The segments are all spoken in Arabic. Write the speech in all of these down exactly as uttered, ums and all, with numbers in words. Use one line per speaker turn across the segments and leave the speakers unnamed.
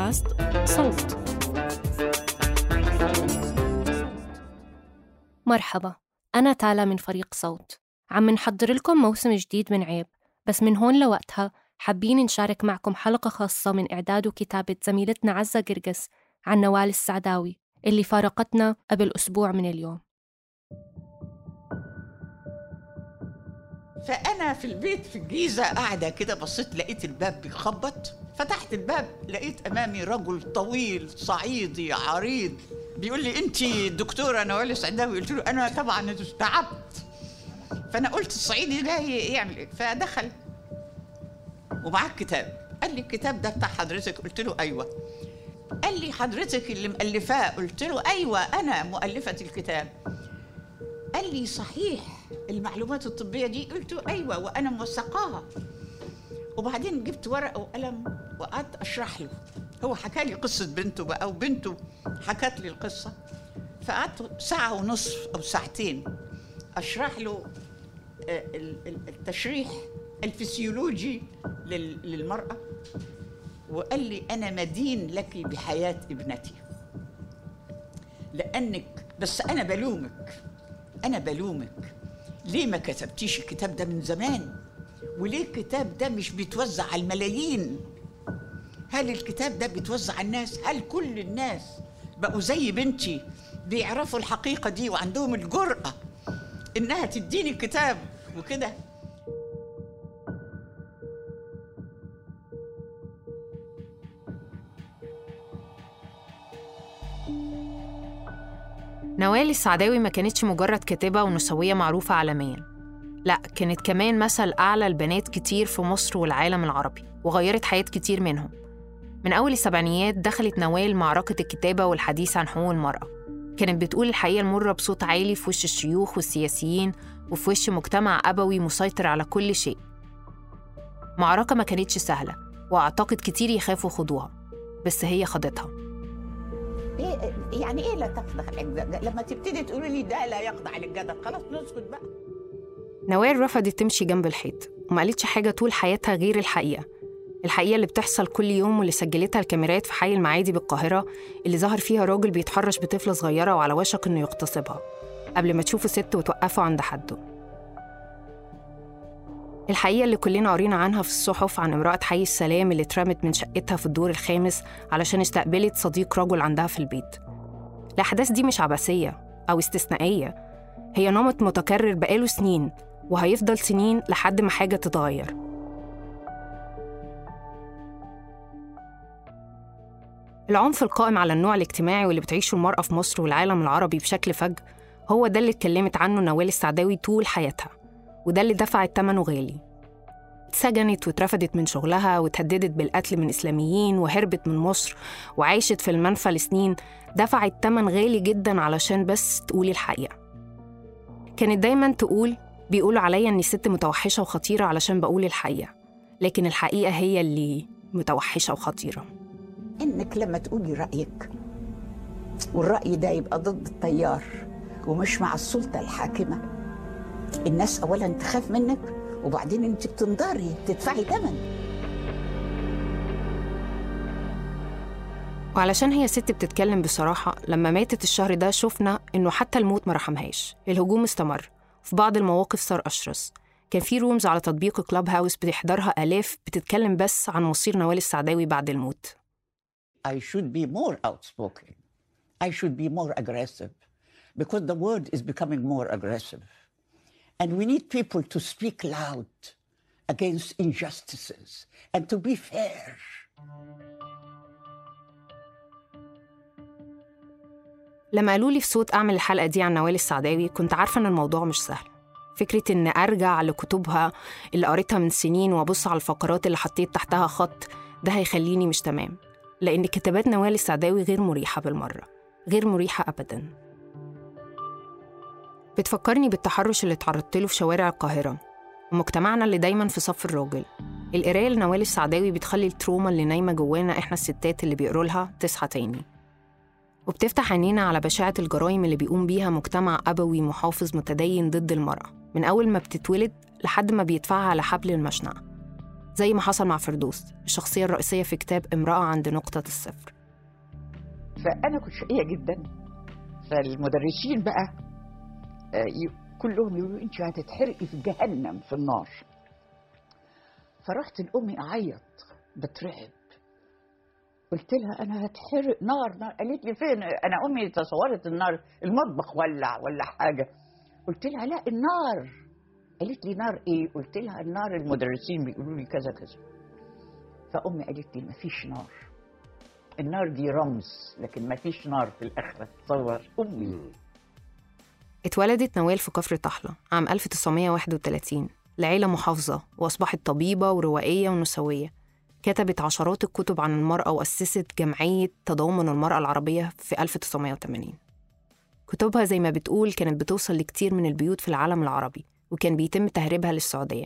بودكاست صوت. مرحبا، أنا تالا من فريق صوت. عم نحضر لكم موسم جديد من عيب، بس من هون لوقتها حابين نشارك معكم حلقة خاصة من إعداد وكتابة زميلتنا عزة قرقس عن نوال السعداوي اللي فارقتنا قبل أسبوع من اليوم.
فأنا في البيت في الجيزة قاعدة كده، بصيت لقيت الباب بيخبط، فتحت الباب لقيت أمامي رجل طويل صعيدي عريض بيقول لي أنتي الدكتورة نوال السعداوي؟ قلت له أنا طبعا استعبت، فأنا قلت الصعيدي ده يعمل إيه؟ فدخل ومعاه كتاب، قال لي الكتاب ده بتاع حضرتك؟ قلت له أيوة. قال لي حضرتك اللي مؤلفاه؟ قلت له أيوة أنا مؤلفة الكتاب. قال لي صحيح المعلومات الطبية دي؟ قلت له أيوة وأنا موثقاها. وبعدين جبت ورقة وقلم وقعدت أشرح له. هو حكى لي قصة بنته بقى، وبنته حكت لي القصة، فقعدت ساعة ونصف أو ساعتين أشرح له التشريح الفسيولوجي للمرأة. وقال لي أنا مدين لك بحياة ابنتي، لأنك بس أنا بلومك أنا بلومك ليه ما كتبتيش الكتاب ده من زمان؟ وليه الكتاب ده مش بيتوزع على الملايين؟ هل الكتاب ده بيتوزع على الناس؟ هل كل الناس بقوا زي بنتي بيعرفوا الحقيقة دي وعندهم الجرأة إنها تديني الكتاب وكده؟
نوال السعداوي ما كانتش مجرد كاتبة ونسوية معروفة عالمياً، لأ، كانت كمان مثل أعلى لبنات كتير في مصر والعالم العربي، وغيرت حياة كتير منهم. من أول السبعينيات دخلت نوال معركة الكتابة والحديث عن حقوق المرأة. كانت بتقول الحقيقة المرة بصوت عالي في وش الشيوخ والسياسيين وفي وش مجتمع أبوي مسيطر على كل شيء. معركة ما كانتش سهلة، وأعتقد كتير يخافوا خدوها، بس هي خدتها.
إيه يعني إيه لا تخضع للجدل؟ لما تبتدي تقولي لي ده لا يخضع للجدل خلاص نسكت بقى.
نوال رفضت تمشي جنب الحيط، وما قالتش حاجة طول حياتها غير الحقيقة. الحقيقة اللي بتحصل كل يوم واللي سجلتها الكاميرات في حي المعادي بالقاهرة، اللي ظهر فيها راجل بيتحرش بطفلة صغيرة وعلى وشك إنه يغتصبها قبل ما تشوفوا ست وتوقفوا عند حده. الحقيقة اللي كلنا قرينا عنها في الصحف عن امرأة حي السلام اللي اترمت من شقتها في الدور الخامس علشان استقبلت صديق رجل عندها في البيت. الأحداث دي مش عبثية أو استثنائية، هي نمط متكرر بقاله سنين وهيفضل سنين لحد ما حاجة تتغير. العنف القائم على النوع الاجتماعي واللي بتعيشه المرأة في مصر والعالم العربي بشكل فج هو ده اللي اتكلمت عنه نوال السعداوي طول حياتها، وده اللي دفعت ثمنه غالي. اتسجنت واترفدت من شغلها وتهددت بالقتل من إسلاميين وهربت من مصر وعايشت في المنفى لسنين، دفعت ثمن غالي جدا علشان بس تقولي الحقيقة. كانت دايما تقول بيقولوا عليا إني ست متوحشة وخطيرة علشان بقول الحقيقة، لكن الحقيقة هي اللي متوحشة وخطيرة.
إنك لما تقولي رأيك والرأي ده يبقى ضد التيار ومش مع السلطة الحاكمة، الناس أولاً تخاف منك، وبعدين أنت بتنضري تدفعي ثمن.
وعلشان هي ست بتتكلم بصراحة، لما ماتت الشهر ده شفنا إنه حتى الموت ما رحمهاش. الهجوم استمر، في بعض المواقف صار أشرس. كان في رومز على تطبيق كلاب هاوس بتحضرها آلاف بتتكلم بس عن مصير نوال السعداوي بعد الموت.
I should be more outspoken. I should be more aggressive because the world is becoming more aggressive. And we need people to speak loud against injustices and to be fair.
لما قالوا لي في صوت أعمل الحلقة دي عن نوال السعداوي، كنت عارفة إن الموضوع مش سهل. فكرة إن أرجع لكتبها اللي قريتها من سنين وأبص على الفقرات اللي حطيت تحتها خط، ده هيخليني مش تمام، لأن كتابات نوال السعداوي غير مريحة بالمرة، غير مريحة أبداً. بتفكرني بالتحرش اللي اتعرضت له في شوارع القاهرة ومجتمعنا اللي دايماً في صف الراجل. القراية لنوال السعداوي بتخلي التروما اللي نايمة جوانا إحنا الستات اللي بيقروا لها تصحى تاني، وبتفتح عينينا على بشاعة الجرائم اللي بيقوم بيها مجتمع أبوي محافظ متدين ضد المرأة من أول ما بتتولد لحد ما بيدفعها على حبل المشنقة. زي ما حصل مع فردوس الشخصية الرئيسية في كتاب امرأة عند نقطة الصفر.
فأنا كنت شقية جدا، فالمدرسين بقى كلهم يقولوا أنت هتتحرقي في جهنم في النار. فرحت لأمي أعيط بترعب، قلت لها أنا هتحرق نار نار. قالت لي فين؟ أنا أمي تصورت النار المطبخ ولع ولا حاجة. قلت لها لا النار. قالت لي نار إيه؟ قلت لها النار المدرسين بيقولوا لي كذا كذا. فأمي قالت لي مفيش نار، النار دي رمز لكن مفيش نار في الآخرة. تصور أمي.
اتولدت نوال في كفر طحلة عام ألف وتسعمائة وواحد وثلاثين لعيلة محافظة، وأصبحت طبيبة وروائية ونسوية. كتبت عشرات الكتب عن المرأة وأسست جمعية تضامن المرأة العربية في ألف وتسعمائة وثمانين. كتبها زي ما بتقول كانت بتوصل لكتير من البيوت في العالم العربي، وكان بيتم تهريبها للسعودية.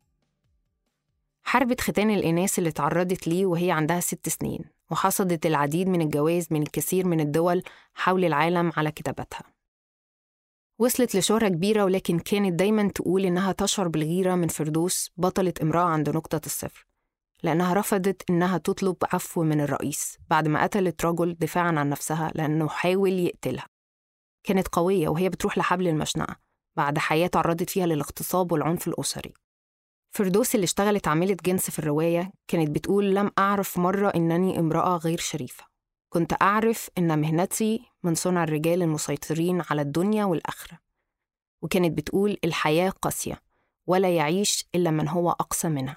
حاربت ختان الإناث اللي تعرضت ليه وهي عندها ست سنين، وحصدت العديد من الجوائز من الكثير من الدول حول العالم على كتاباتها. وصلت لشهرة كبيرة، ولكن كانت دايماً تقول إنها تشعر بالغيرة من فردوس بطلة امرأة عند نقطة الصفر، لأنها رفضت إنها تطلب عفو من الرئيس بعد ما قتلت رجل دفاعاً عن نفسها لأنه حاول يقتلها. كانت قوية وهي بتروح لحبل المشنقة بعد حياة تعرضت فيها للاغتصاب والعنف الأسري. فردوس اللي اشتغلت عاملة جنس في الرواية كانت بتقول لم أعرف مرة إنني امرأة غير شريفة، كنت أعرف إن مهنتي من صنع الرجال المسيطرين على الدنيا والآخرة. وكانت بتقول الحياة قاسية ولا يعيش إلا من هو أقسى منها.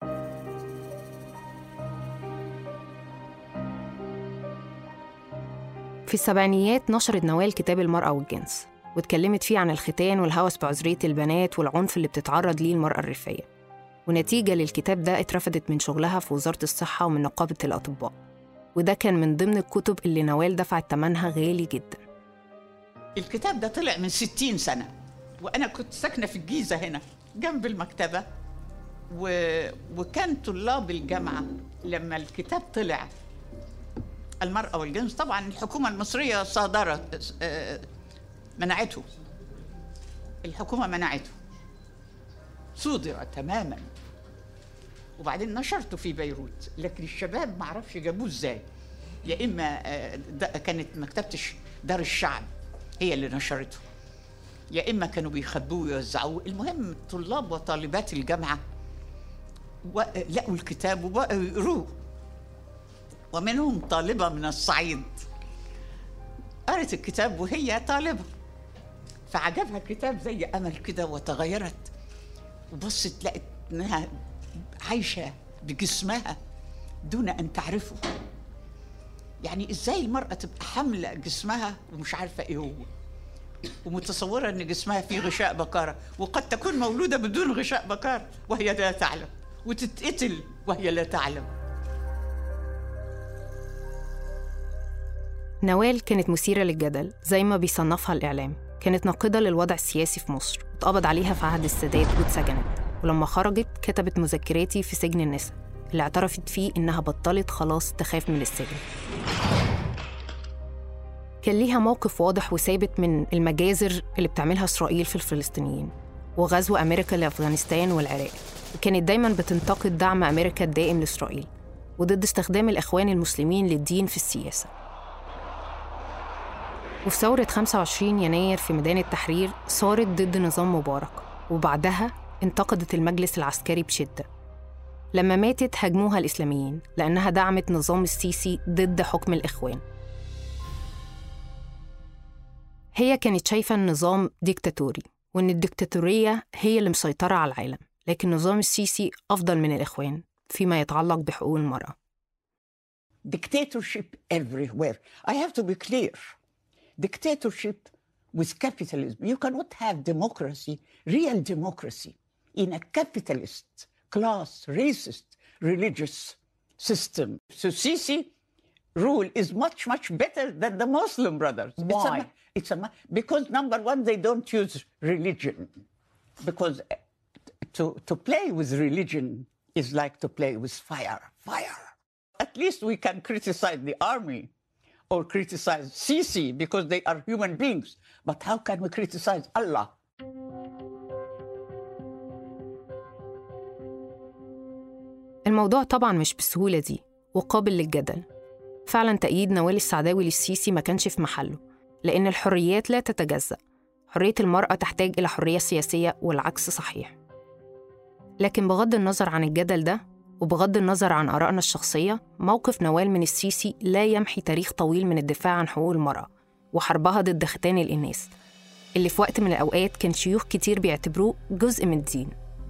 في السبعينيات نشرت نوال كتاب المرأة والجنس، واتكلمت فيه عن الختان والهوس بعذرية البنات والعنف اللي بتتعرض ليه المرأة الريفية. ونتيجة للكتاب ده اترفدت من شغلها في وزارة الصحة ومن نقابة الأطباء، وده كان من ضمن الكتب اللي نوال دفعت ثمنها غالي جدا.
الكتاب ده طلع من ستين سنة، وأنا كنت ساكنة في الجيزة هنا جنب المكتبة، و... وكان طلاب الجامعة لما الكتاب طلع المرأة والجنس، طبعا الحكومة المصرية صادرت منعته، الحكومة منعته، صودر تماما، وبعدين نشرته في بيروت. لكن الشباب ما عرفش جابوه ازاي، يا اما كانت مكتبة دار الشعب هي اللي نشرته، يا اما كانوا بيخبوه ويوزعوه. المهم طلاب وطالبات الجامعة لقوا الكتاب وبقوا يقروه، ومنهم طالبة من الصعيد قرأت الكتاب وهي طالبة، فعجبها الكتاب زي أمل كده وتغيرت، وبصت لقت إنها عايشة بجسمها دون أن تعرفه. يعني إزاي المرأة تبقى حاملة جسمها ومش عارفة إيه هو، ومتصورة إن جسمها فيه غشاء بكارة، وقد تكون مولودة بدون غشاء بكارة وهي لا تعلم، وتتقتل وهي لا تعلم.
نوال كانت مثيرة للجدل زي ما بيصنفها الإعلام، كانت ناقدة للوضع السياسي في مصر، واتقبض عليها في عهد السادات واتسجنت، ولما خرجت كتبت مذكراتي في سجن النساء اللي اعترفت فيه إنها بطلت خلاص تخاف من السجن. كان ليها موقف واضح وثابت من المجازر اللي بتعملها إسرائيل في الفلسطينيين وغزو أمريكا لأفغانستان والعراق، وكانت دايماً بتنتقد دعم أمريكا الدائم لإسرائيل وضد استخدام الإخوان المسلمين للدين في السياسة. وفي ثورة خمسة وعشرين يناير في ميدان التحرير صارت ضد نظام مبارك، وبعدها انتقدت المجلس العسكري بشدة. لما ماتت هاجموها الإسلاميين لأنها دعمت نظام السيسي ضد حكم الإخوان. هي كانت شايفة النظام ديكتاتوري، وإن الديكتاتورية هي اللي مسيطرة على العالم، لكن نظام السيسي أفضل من الإخوان فيما يتعلق بحقوق المرأة.
Dictatorship everywhere. I have to be clear. Dictatorship with capitalism. You cannot have democracy, real democracy, in a capitalist, class, racist, religious system. So Sisi rule is much, much better than the Muslim brothers.
Why?
It's a, it's a, because number one, they don't use religion. Because to, to play with religion is like to play with fire. Fire. At least we can criticize the army or criticize Sisi because they are human beings. But how can we criticize Allah?
الموضوع طبعاً مش بالسهولة دي وقابل للجدل. فعلاً تأييد نوال السعداوي للسيسي ما كانش في محله، لأن الحريات لا تتجزأ. حرية المرأة تحتاج إلى حرية سياسية والعكس صحيح. لكن بغض النظر عن الجدل ده وبغض النظر عن آرائنا الشخصية، موقف نوال من السيسي لا يمحي تاريخ طويل من الدفاع عن حقوق المرأة وحربها ضد ختان الإناث، اللي في وقت من الأوقات كان شيوخ كتير بيعتبروه جزء من الدين.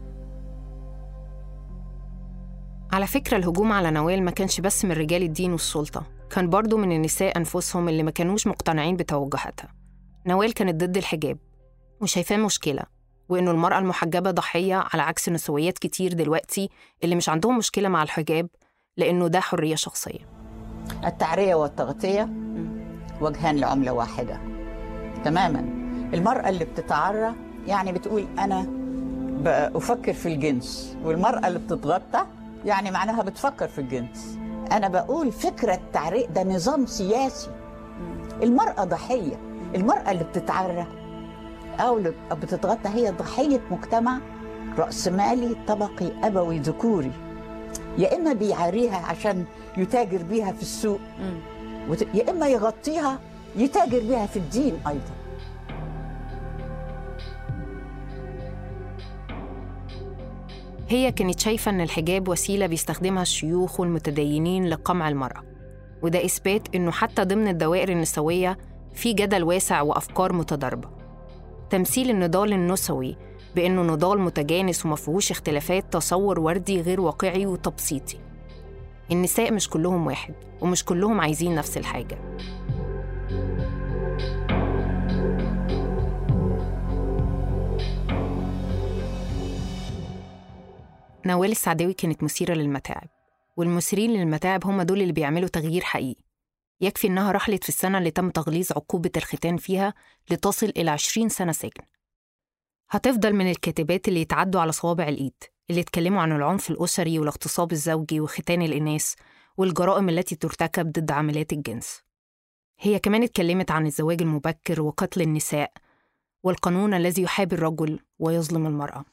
على فكرة الهجوم على نوال ما كانش بس من رجال الدين والسلطة، كان برضو من النساء أنفسهم اللي ما كانوش مقتنعين بتوجهاتها. نوال كانت ضد الحجاب وشايفاه مشكلة، وإنه المرأة المحجبة ضحية، على عكس نسويات كتير دلوقتي اللي مش عندهم مشكلة مع الحجاب لأنه ده حرية شخصية.
التعرية والتغطية وجهان لعملة واحدة تماماً. المرأة اللي بتتعرى يعني بتقول أنا بفكر في الجنس، والمرأة اللي بتتغطى يعني معناها بتفكر في الجنس. أنا بقول فكرة التعرية ده نظام سياسي. المرأة ضحية، المرأة اللي بتتعرى أو اللي بتتغطى هي ضحية مجتمع رأسمالي طبقي أبوي ذكوري، يا إما بيعاريها عشان يتاجر بيها في السوق، يا إما يغطيها يتاجر بيها في الدين أيضا.
هي كانت شايفة إن الحجاب وسيلة بيستخدمها الشيوخ والمتدينين لقمع المرأة، وده إثبات إنه حتى ضمن الدوائر النسوية في جدل واسع وأفكار متضاربة. تمثيل النضال النسوي بإنه نضال متجانس ومفهوش اختلافات تصور وردي غير واقعي وتبسيطي. النساء مش كلهم واحد ومش كلهم عايزين نفس الحاجة. نوال السعداوي كانت مثيرة للمتاعب، والمثيرين للمتاعب هم دول اللي بيعملوا تغيير حقيقي. يكفي إنها رحلت في السنة اللي تم تغليظ عقوبة الختان فيها لتصل إلى عشرين سنة سجن. هتفضل من الكاتبات اللي يتعدوا على صوابع الإيد، اللي اتكلموا عن العنف الأسري والاغتصاب الزوجي وختان الإناث والجرائم التي ترتكب ضد عاملات الجنس. هي كمان اتكلمت عن الزواج المبكر وقتل النساء والقانون الذي يحابي الرجل ويظلم المرأة.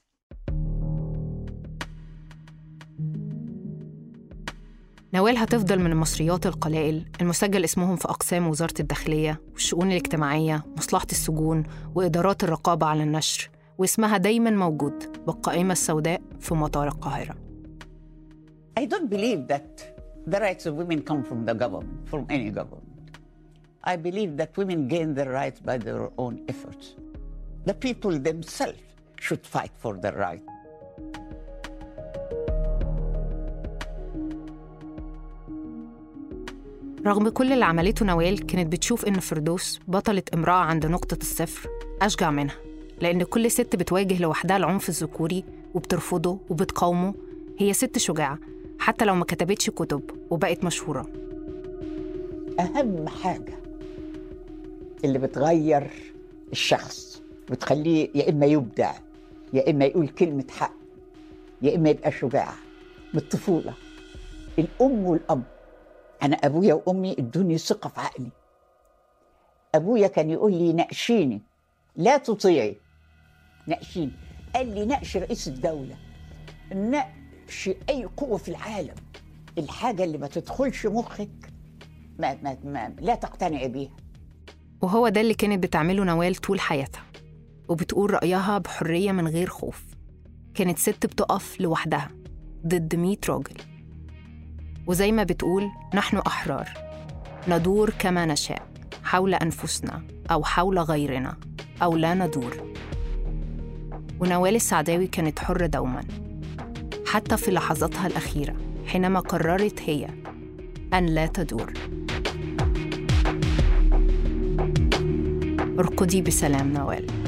نوال هتفضل من المصريات القلائل المسجل اسمهم في أقسام وزارة الداخلية والشؤون الاجتماعية، مصلحة السجون وإدارات الرقابة على النشر، واسمها دايماً موجود بالقائمة السوداء في مطار القاهرة.
I don't believe that the rights of women come from the government, from any government. I believe that women gain their rights by their own efforts. The people themselves should fight for their rights.
رغم كل اللي عملته نوال، كانت بتشوف إن فردوس بطلة امرأة عند نقطة الصفر أشجع منها، لأن كل ست بتواجه لوحدها العنف الذكوري وبترفضه وبتقاومه هي ست شجاعة، حتى لو ما كتبتش كتب وبقت مشهورة.
أهم حاجة اللي بتغير الشخص بتخليه يا إما يبدع، يا إما يقول كلمة حق، يا إما يبقى شجاع من الطفولة. الأم والأب، أنا أبويا وأمي ادوني ثقة في عقلي. أبويا كان يقول لي ناقشيني لا تطيعي، ناقشيني. قال لي ناقش رئيس الدولة، ناقش أي قوة في العالم، الحاجة اللي ما تدخلش مخك ما ما ما لا تقتنعي بيها.
وهو ده اللي كانت بتعمله نوال طول حياتها، وبتقول رأيها بحرية من غير خوف. كانت ست بتقف لوحدها ضد مية راجل، وزي ما بتقول نحن أحرار ندور كما نشاء حول أنفسنا أو حول غيرنا أو لا ندور. ونوال السعداوي كانت حرة دوما، حتى في لحظاتها الأخيرة حينما قررت هي أن لا تدور. ارقدي بسلام نوال.